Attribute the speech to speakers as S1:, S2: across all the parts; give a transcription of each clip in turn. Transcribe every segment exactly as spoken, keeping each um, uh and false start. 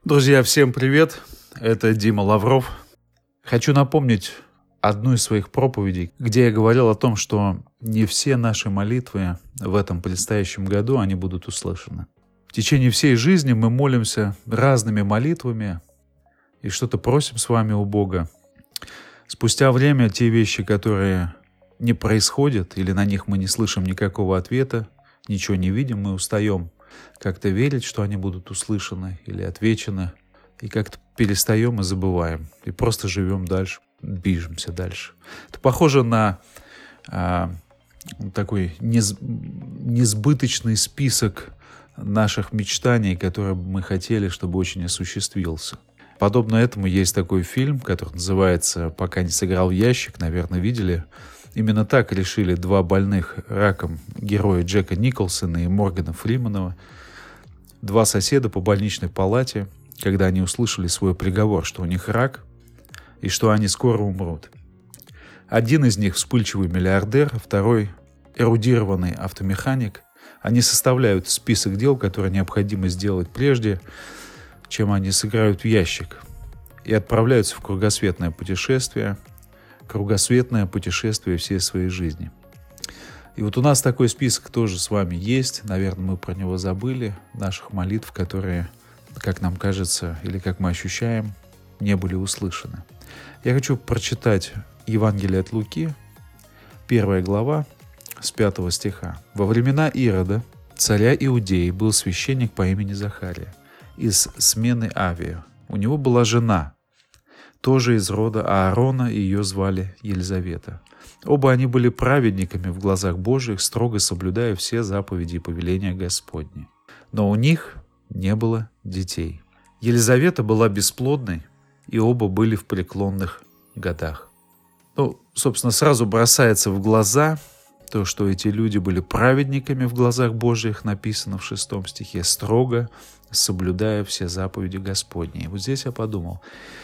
S1: Друзья, всем привет! Это Дима Лавров. Хочу напомнить одну из своих проповедей, где я говорил о том, что не все наши молитвы в этом предстоящем году, они будут услышаны. В течение всей жизни мы молимся разными молитвами и что-то просим с вами у Бога. Спустя время те вещи, которые не происходят, или на них мы не слышим никакого ответа, ничего не видим, мы устаем как-то верить, что они будут услышаны или отвечены, и как-то перестаем и забываем, и просто живем дальше, движемся дальше. Это похоже на а, такой нез, несбыточный список наших мечтаний, которые мы хотели, чтобы очень осуществился. Подобно этому есть такой фильм, который называется «Пока не сыграл в ящик», наверное, видели. Именно так решили два больных раком героя Джека Николсона и Моргана Фримена, два соседа по больничной палате, когда они услышали свой приговор, что у них рак и что они скоро умрут. Один из них вспыльчивый миллиардер, второй эрудированный автомеханик. Они составляют список дел, которые необходимо сделать прежде, чем они сыграют в ящик, и отправляются в кругосветное путешествие, кругосветное путешествие всей своей жизни. И вот у нас такой список тоже с вами есть. Наверное, мы про него забыли. Наших молитв, которые, как нам кажется, или как мы ощущаем, не были услышаны. Я хочу прочитать Евангелие от Луки, первая глава, с пятого стиха. «Во времена Ирода, царя Иудеи, был священник по имени Захария из смены Авия. У него была жена, тоже из рода Аарона, и ее звали Елизавета. Оба они были праведниками в глазах Божьих, строго соблюдая все заповеди и повеления Господни. Но у них не было детей. Елизавета была бесплодной, и оба были в преклонных годах». Ну, собственно, сразу бросается в глаза то, что эти люди были праведниками в глазах Божьих, написано в шестом стихе, строго соблюдая все заповеди Господни. И вот здесь я подумал,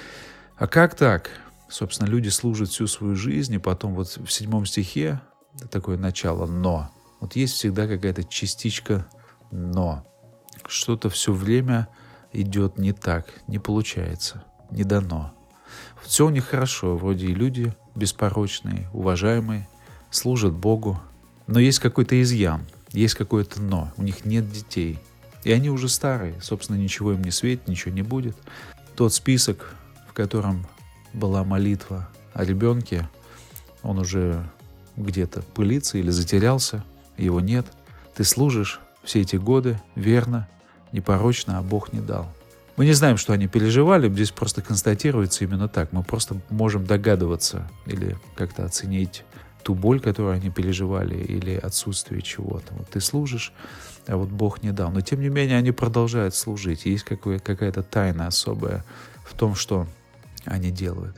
S1: а как так? Собственно, люди служат всю свою жизнь, и потом вот в седьмом стихе такое начало «но». Вот есть всегда какая-то частичка «но». Что-то все время идет не так, не получается, не дано. Все у них хорошо, вроде и люди беспорочные, уважаемые, служат Богу, но есть какой-то изъян, есть какое-то «но». У них нет детей, и они уже старые, собственно, ничего им не светит, ничего не будет. Тот список, в котором была молитва о ребенке, он уже где-то пылится или затерялся, его нет. Ты служишь все эти годы верно, непорочно, а Бог не дал. Мы не знаем, что они переживали, здесь просто констатируется именно так. Мы просто можем догадываться или как-то оценить ту боль, которую они переживали, или отсутствие чего-то. Вот ты служишь, а вот Бог не дал. Но тем не менее они продолжают служить. Есть какая-то тайна особая в том, что они делают.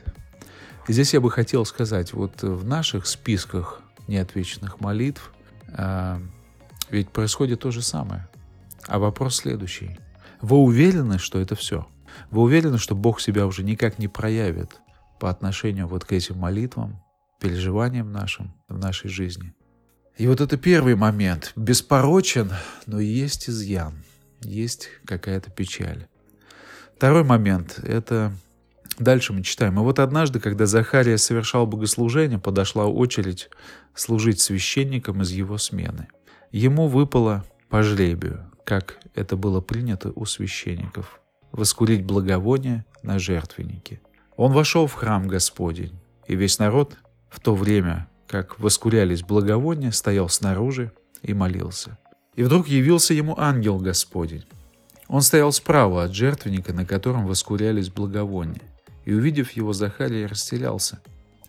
S1: И здесь я бы хотел сказать, вот в наших списках неотвеченных молитв э, ведь происходит то же самое. А вопрос следующий. Вы уверены, что это все? Вы уверены, что Бог себя уже никак не проявит по отношению вот к этим молитвам, переживаниям нашим в нашей жизни? И вот это первый момент. Беспорочен, но есть изъян, есть какая-то печаль. Второй момент – это дальше мы читаем. И вот однажды, когда Захария совершал богослужение, подошла очередь служить священником из его смены. Ему выпало по жребию, как это было принято у священников, воскурить благовоние на жертвеннике. Он вошел в храм Господень, и весь народ в то время, как воскурялись благовония, стоял снаружи и молился. И вдруг явился ему ангел Господень. Он стоял справа от жертвенника, на котором воскурялись благовония. И, увидев его, Захария растерялся.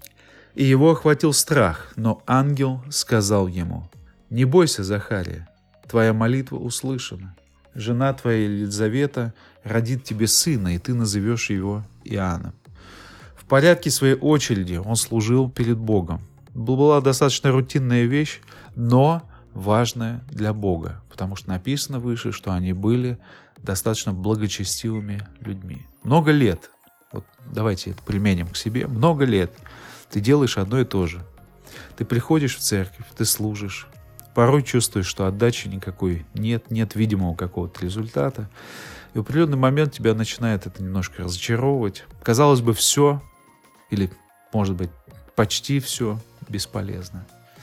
S1: И его охватил страх, но ангел сказал ему: «Не бойся, Захария, твоя молитва услышана. Жена твоя Елизавета родит тебе сына, и ты назовешь его Иоанном». В порядке своей очереди он служил перед Богом. Была достаточно рутинная вещь, но важная для Бога, потому что написано выше, что они были достаточно благочестивыми людьми. Много лет, вот давайте это применим к себе, много лет ты делаешь одно и то же. Ты приходишь в церковь, ты служишь, порой чувствуешь, что отдачи никакой нет, нет видимого какого-то результата. И в определенный момент тебя начинает это немножко разочаровывать. Казалось бы, все, или, может быть, почти все бесполезно.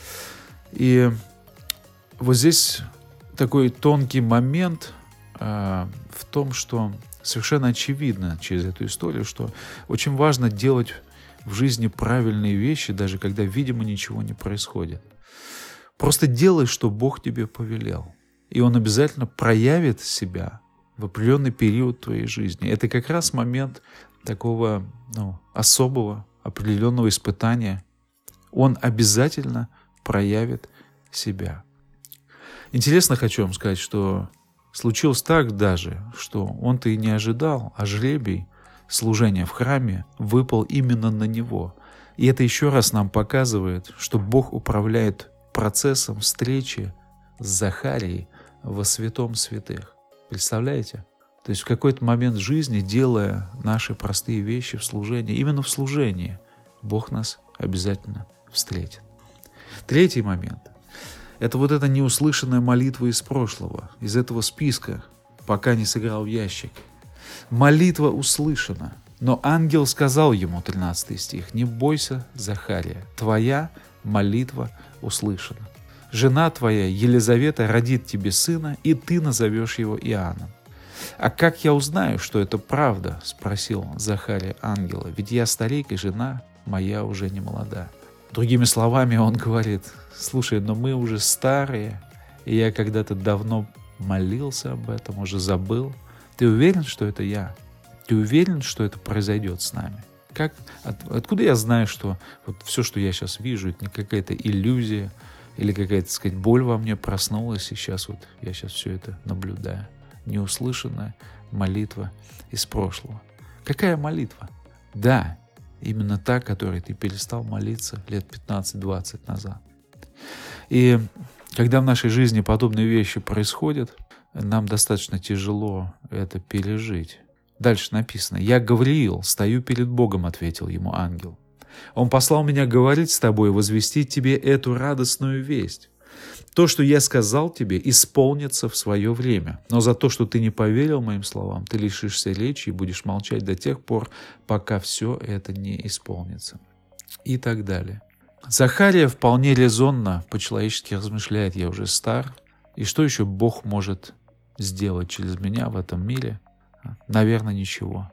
S1: И вот здесь такой тонкий момент э, в том, что совершенно очевидно через эту историю, что очень важно делать в жизни правильные вещи, даже когда, видимо, ничего не происходит. Просто делай, что Бог тебе повелел. И Он обязательно проявит себя в определенный период твоей жизни. Это как раз момент такого ну, особого, определенного испытания. Он обязательно проявит себя. Интересно хочу вам сказать, что случилось так даже, что он-то и не ожидал, а жребий служения в храме выпал именно на него. И это еще раз нам показывает, что Бог управляет процессом встречи с Захарией во святом святых. Представляете? То есть в какой-то момент жизни, делая наши простые вещи в служении, именно в служении, Бог нас обязательно встретит. Третий момент – это вот эта неуслышанная молитва из прошлого, из этого списка, пока не сыграл в ящик. Молитва услышана, но ангел сказал ему, тринадцатый стих, «Не бойся, Захария, твоя молитва услышана. Жена твоя, Елизавета, родит тебе сына, и ты назовешь его Иоанном». «А как я узнаю, что это правда?» – спросил Захария ангела. «Ведь я старик, и жена моя уже не молода». Другими словами, он говорит: «Слушай, но мы уже старые, и я когда-то давно молился об этом, уже забыл. Ты уверен, что это я? Ты уверен, что это произойдет с нами? Как, от, откуда я знаю, что вот все, что я сейчас вижу, это не какая-то иллюзия или какая-то, так сказать, боль во мне проснулась, и сейчас вот я сейчас все это наблюдаю?» Неуслышанная молитва из прошлого. Какая молитва? Да, именно та, которой ты перестал молиться лет пятнадцать-двадцать назад. И когда в нашей жизни подобные вещи происходят, нам достаточно тяжело это пережить. Дальше написано: «Я Гавриил, стою перед Богом», — ответил ему ангел. «Он послал меня говорить с тобой и возвестить тебе эту радостную весть. То, что я сказал тебе, исполнится в свое время. Но за то, что ты не поверил моим словам, ты лишишься речи и будешь молчать до тех пор, пока все это не исполнится». И так далее. Захария вполне резонно по-человечески размышляет: я уже стар, и что еще Бог может сделать через меня в этом мире? Наверное, ничего.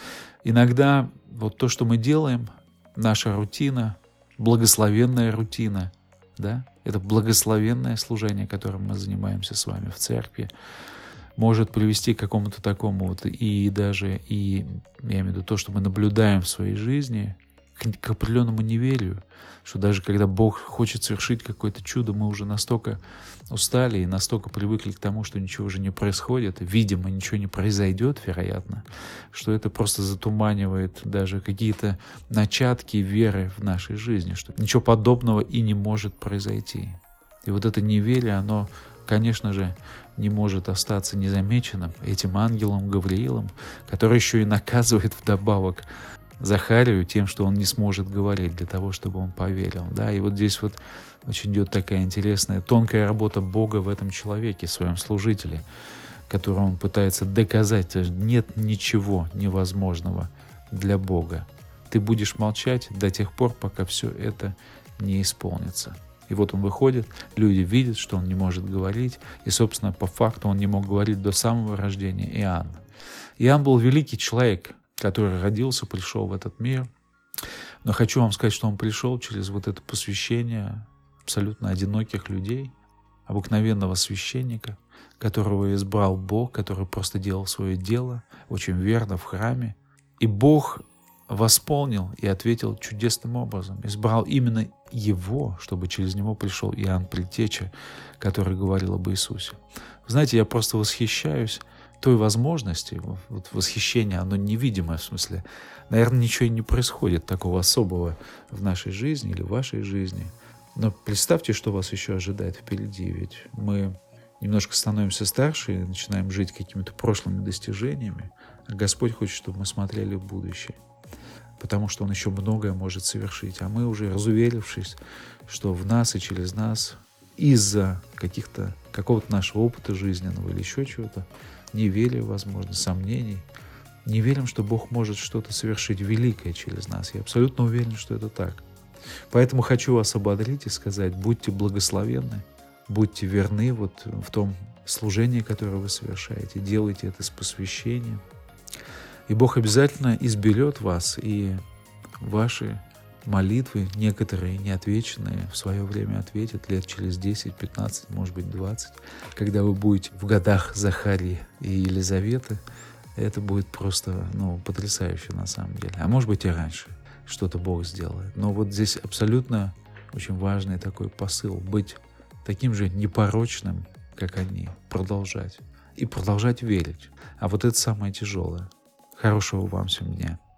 S1: Иногда вот то, что мы делаем, наша рутина, благословенная рутина, да, это благословенное служение, которым мы занимаемся с вами в церкви, может привести к какому-то такому вот, и даже, и, я имею в виду то, что мы наблюдаем в своей жизни, к, к определенному неверию, что даже когда Бог хочет совершить какое-то чудо, мы уже настолько устали и настолько привыкли к тому, что ничего уже не происходит, видимо, ничего не произойдет, вероятно, что это просто затуманивает даже какие-то начатки веры в нашей жизни, что ничего подобного и не может произойти. И вот это неверие, оно, конечно же, не может остаться незамеченным этим ангелом Гавриилом, который еще и наказывает вдобавок Захарию тем, что он не сможет говорить, для того, чтобы он поверил. Да? И вот здесь вот очень идет такая интересная, тонкая работа Бога в этом человеке, в своем служителе, которому он пытается доказать: нет ничего невозможного для Бога. Ты будешь молчать до тех пор, пока все это не исполнится. И вот он выходит, люди видят, что он не может говорить, и, собственно, по факту он не мог говорить до самого рождения Иоанна. Иоанн был великий человек, который родился, пришел в этот мир. Но хочу вам сказать, что он пришел через вот это посвящение абсолютно одиноких людей, обыкновенного священника, которого избрал Бог, который просто делал свое дело очень верно в храме. И Бог восполнил и ответил чудесным образом. Избрал именно его, чтобы через него пришел Иоанн Предтеча, который говорил об Иисусе. Знаете, я просто восхищаюсь той возможности, вот восхищение, оно невидимое, в смысле, наверное, ничего и не происходит такого особого в нашей жизни или в вашей жизни. Но представьте, что вас еще ожидает впереди, ведь мы немножко становимся старше и начинаем жить какими-то прошлыми достижениями, а Господь хочет, чтобы мы смотрели в будущее, потому что Он еще многое может совершить, а мы уже разуверившись, что в нас и через нас из-за каких-то, какого-то нашего опыта жизненного или еще чего-то, неверия, возможно, сомнений, не верим, что Бог может что-то совершить великое через нас. Я абсолютно уверен, что это так. Поэтому хочу вас ободрить и сказать: будьте благословенны, будьте верны вот в том служении, которое вы совершаете, делайте это с посвящением. И Бог обязательно изберет вас, и ваши молитвы, некоторые неотвеченные, в свое время ответят лет через десять, пятнадцать, может быть, двадцать, когда вы будете в годах Захарии и Елизаветы. Это будет просто, ну, потрясающе на самом деле. А может быть и раньше что-то Бог сделает. Но вот здесь абсолютно очень важный такой посыл: быть таким же непорочным, как они, продолжать. И продолжать верить. А вот это самое тяжелое. Хорошего вам всем дня.